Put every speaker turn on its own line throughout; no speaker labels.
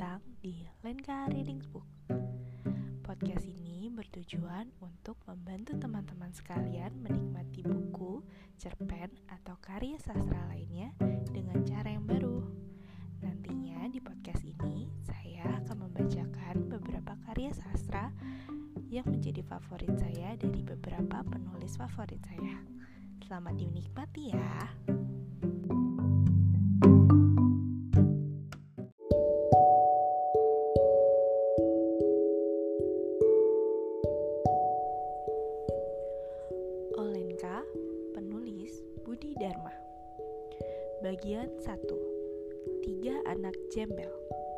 datang di Lenka Readings Book. Podcast ini bertujuan untuk membantu teman-teman sekalian menikmati buku, cerpen, atau karya sastra lainnya dengan cara yang baru. Nantinya di podcast ini saya akan membacakan beberapa karya sastra yang menjadi favorit saya dari beberapa penulis favorit saya. Selamat dinikmati ya. Olenka, penulis Budi Dharma. Bagian 1. 3 anak gembel.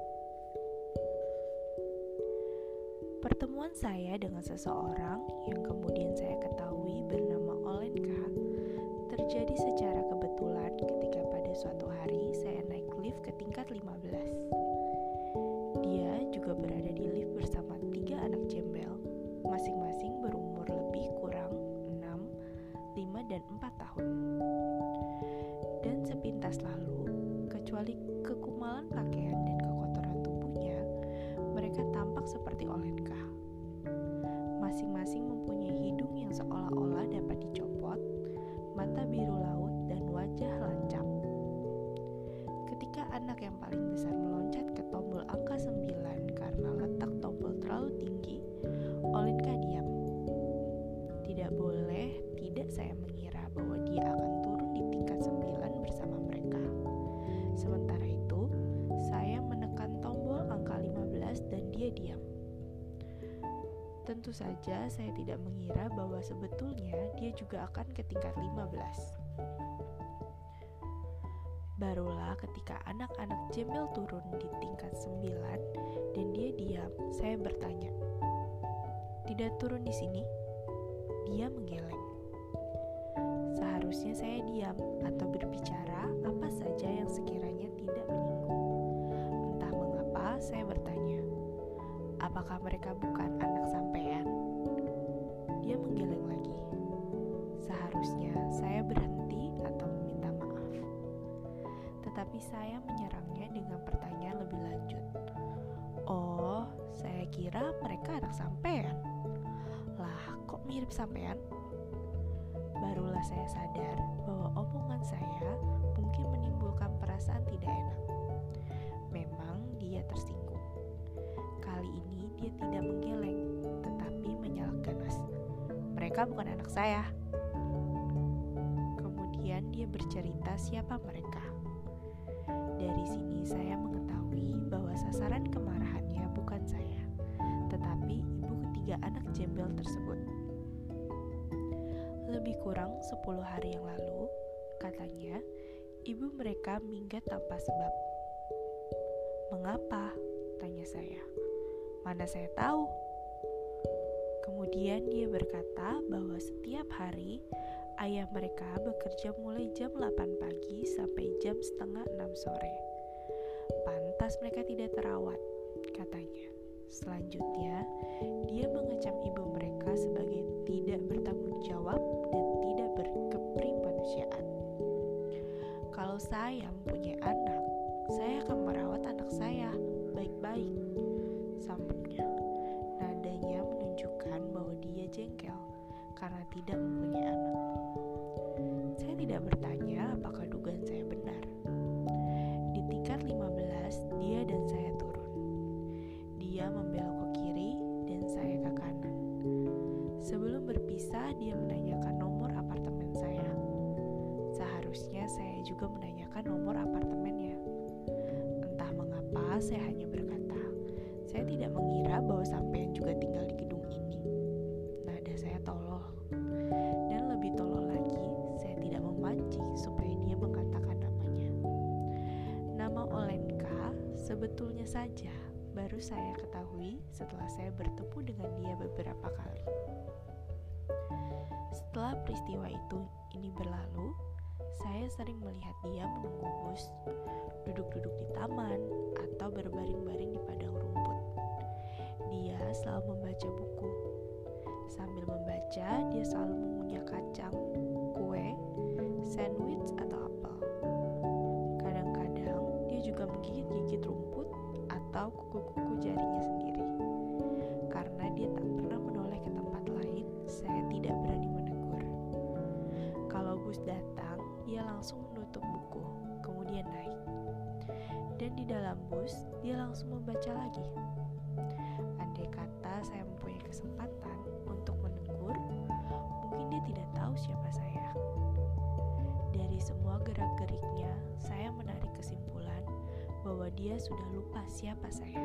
Pertemuan saya dengan seseorang yang kemudian saya ketahui bernama Olenka terjadi secara kebetulan ketika pada suatu hari saya naik lift ke tingkat 15. Dia juga berada di lift bersama 3 anak gembel, masing-masing berumur lebih kurang 6, 5, dan 4 tahun. Dan sepintas lalu, kecuali kekumalan pakaian dan kekotoran tubuhnya, mereka tampak seperti Olenka. Masing-masing mempunyai hidung yang seolah-olah dapat dicopot, mata biru laut, dan wajah lancap. Ketika anak yang paling besar meloncat ke tombol angka 9 karena letak tombol terlalu tinggi, Olenka diam. Tidak boleh tidak saya mengira bahwa dia akan turun di tingkat 9 bersama mereka. Sementara itu, saya menekan tombol angka 15 dan dia diam. Tentu saja saya tidak mengira bahwa sebetulnya dia juga akan ke tingkat 15. Barulah ketika anak-anak gembel turun di tingkat 9 dan dia diam, saya bertanya, "Tidak turun di sini?" Dia menggeleng. Seharusnya saya diam atau berbicara apa saja yang sekiranya tidak menyinggung. Entah mengapa saya bertanya, "Apakah mereka bukan anak sampean?" Dia menggeleng lagi. Seharusnya saya berhenti atau meminta maaf. Tetapi saya menyerangnya dengan pertanyaan lebih lanjut. "Oh, saya kira mereka anak sampean." "Lah, kok mirip sampean?" Barulah saya sadar bahwa omongan saya mungkin menimbulkan perasaan tidak enak. Memang dia tersinggung. Kali ini dia tidak menggeleng, tetapi menyalak ganas. "Mereka bukan anak saya." Kemudian dia bercerita siapa mereka. Dari sini saya mengetahui bahwa sasaran kemarahannya bukan saya, tetapi ibu ketiga anak gembel tersebut. Lebih kurang 10 hari yang lalu, katanya, ibu mereka minggat tanpa sebab. "Mengapa?" tanya saya. "Mana saya tahu." Kemudian dia berkata bahwa setiap hari ayah mereka bekerja mulai jam 8 pagi sampai jam setengah 6 sore. Pantas mereka tidak terawat, katanya. Selanjutnya, dia mengecam ibu mereka sebagai tidak bertanggung jawab dan tidak berkepribadian. "Kalau saya mempunyai anak, saya akan merawat anak saya baik-baik," sambungnya. Nadanya menunjukkan bahwa dia jengkel karena tidak mempunyai anak. Saya tidak bertanya apakah dugaan saya benar. Di tingkat 15, dia dan saya turun. Dia membelok ke kiri dan saya ke kanan. Sebelum berpisah, dia menanyakan nomor apartemen saya. Seharusnya saya juga menanyakan nomor apartemennya. Entah mengapa saya hanya berkata, "Saya tidak mengira bahwa sampean juga tinggal di gedung ini." Nada saya tolol. Dan lebih tolol lagi, saya tidak memancing supaya dia mengatakan namanya. Nama Olenka sebetulnya saja baru saya ketahui setelah saya bertemu dengan dia beberapa kali. Setelah peristiwa ini berlalu, saya sering melihat dia menunggu bus, duduk-duduk di taman, atau berbaring-baring di padang rumput. Dia selalu membaca buku. Sambil membaca, dia selalu mengunyah kacang, kue, sandwich, atau apel. Kadang-kadang dia juga menggigit-gigit rumput atau bus datang, dia langsung menutup buku, kemudian naik. Dan di dalam bus, dia langsung membaca lagi. Andai kata saya mempunyai kesempatan untuk menegur, mungkin dia tidak tahu siapa saya. Dari semua gerak-geriknya, saya menarik kesimpulan bahwa dia sudah lupa siapa saya.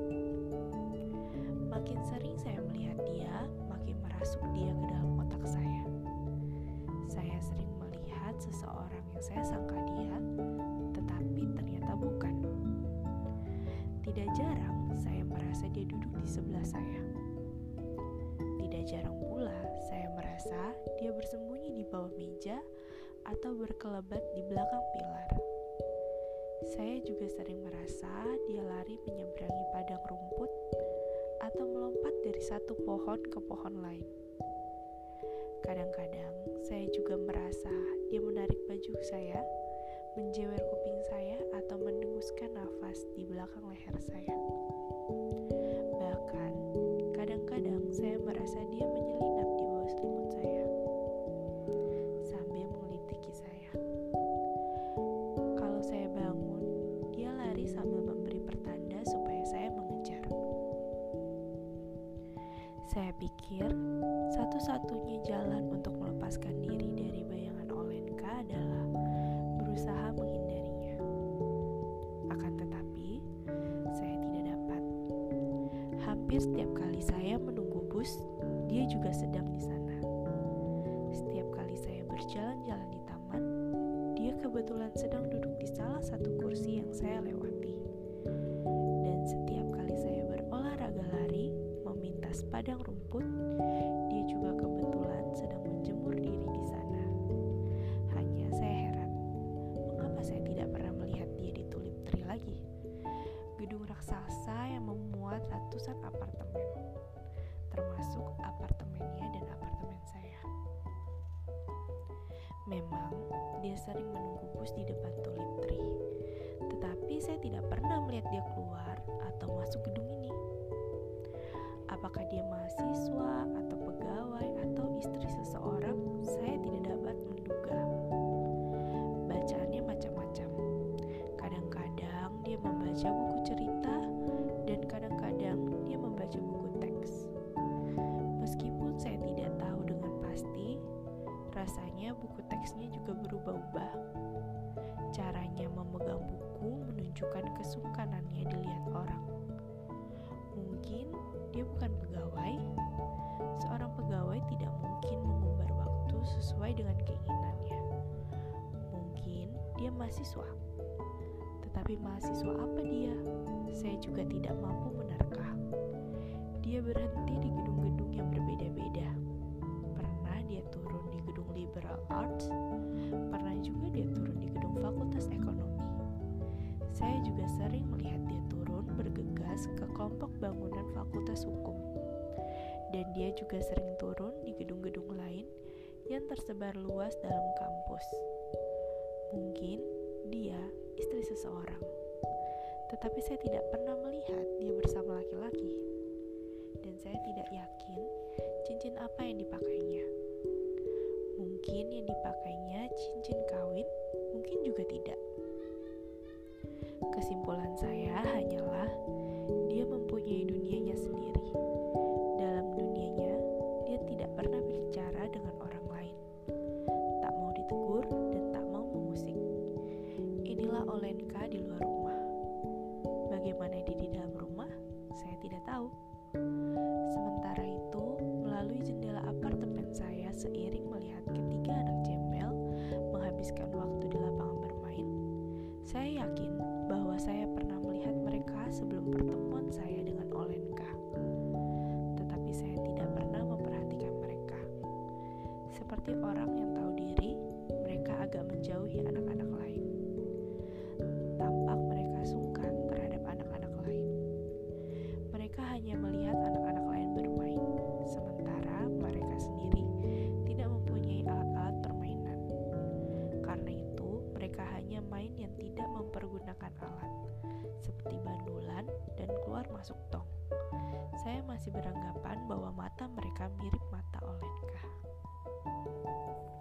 Makin sering saya melihat dia, makin merasuk dia ke dalam otak saya. Saya sering melihat seseorang yang saya sangka dia, tetapi ternyata bukan. Tidak jarang saya merasa dia duduk di sebelah saya. Tidak jarang pula saya merasa dia bersembunyi di bawah meja atau berkelebat di belakang pilar. Saya juga sering merasa dia lari menyeberangi padang rumput atau melompat dari satu pohon ke pohon lain. Kadang-kadang saya juga merasa dia menarik baju saya, menjewer kuping saya, atau mendenguskan nafas di belakang leher saya. Bahkan, kadang-kadang saya merasa dia menyelinap di bawah selimut saya, sambil mengelitiki saya. Kalau saya bangun, dia lari sambil memberi pertanda supaya saya mengejar. Saya pikir, satu-satunya jalan untuk melepaskan diri dari bayangan Olenka adalah berusaha menghindarinya. Akan tetapi, saya tidak dapat. Hampir setiap kali saya menunggu bus, dia juga sedang di sana. Setiap kali saya berjalan-jalan di taman, dia kebetulan sedang duduk di salah satu kursi yang saya lewati. Dan setiap kali saya berolahraga lari, memintas padang rumput, dia juga kebetulan sedang menjemur diri di sana. Hanya saya heran, mengapa saya tidak pernah melihat dia di Tulip Tree lagi? Gedung raksasa yang memuat ratusan apartemen, termasuk apartemennya dan apartemen saya. Memang, dia sering menunggu bus di depan Tulip Tree, tetapi saya tidak pernah melihat dia keluar atau masuk gedung ini. Apakah dia mahasiswa atau pegawai atau istri seseorang, saya tidak dapat menduga. Bacaannya macam-macam. Kadang-kadang dia membaca buku cerita dan kadang-kadang dia membaca buku teks. Meskipun saya tidak tahu dengan pasti, rasanya buku teksnya juga berubah-ubah. Caranya memegang buku menunjukkan kesungkanannya dilihat orang. Mungkin dia bukan pegawai. Seorang pegawai tidak mungkin mengumbar waktu sesuai dengan keinginannya. Mungkin dia mahasiswa. Tetapi mahasiswa apa dia? Saya juga tidak mampu menerka. Dia berhenti di gedung-gedung yang berbeda-beda. Pernah dia turun di gedung Liberal Arts, pernah juga dia turun di gedung Fakultas Ekonomi. Saya juga sering melihat dia turun bergegas ke kelompok bangunan Fakultas Hukum. Dan dia juga sering turun di gedung-gedung lain yang tersebar luas dalam kampus. Mungkin dia istri seseorang. Tetapi saya tidak pernah melihat dia bersama laki-laki. Dan saya tidak yakin cincin apa yang dipakainya. Mungkin yang dipakainya cincin kawin, mungkin juga tidak. Kesimpulan saya hanyalah dia mempunyai dunianya sendiri. Dalam dunianya, dia tidak pernah berbicara dengan orang lain. Tak mau ditegur dan tak mau mengusik. Inilah Olenka di luar rumah. Bagaimana dia di dalam rumah, saya tidak tahu. Sementara itu, melalui jendela apartemen saya seiring melihat ketiga anak gembel menghabiskan waktu di lapangan bermain, saya yakin bahwa saya pernah melihat mereka sebelum pertemuan saya dengan Olenka. Tetapi saya tidak pernah memperhatikan mereka. Seperti orang yang tahu diri, mereka agak menjauhi anak-anak lain. Tampak mereka sungkan terhadap anak-anak lain. Mereka hanya melihat anak-anak lain bermain, sementara mereka sendiri tidak mempunyai alat-alat permainan. Karena itu, mereka hanya main yang tidak mempergunakan alat, seperti bandulan dan keluar masuk tong. Saya masih beranggapan bahwa mata mereka mirip mata Olenka.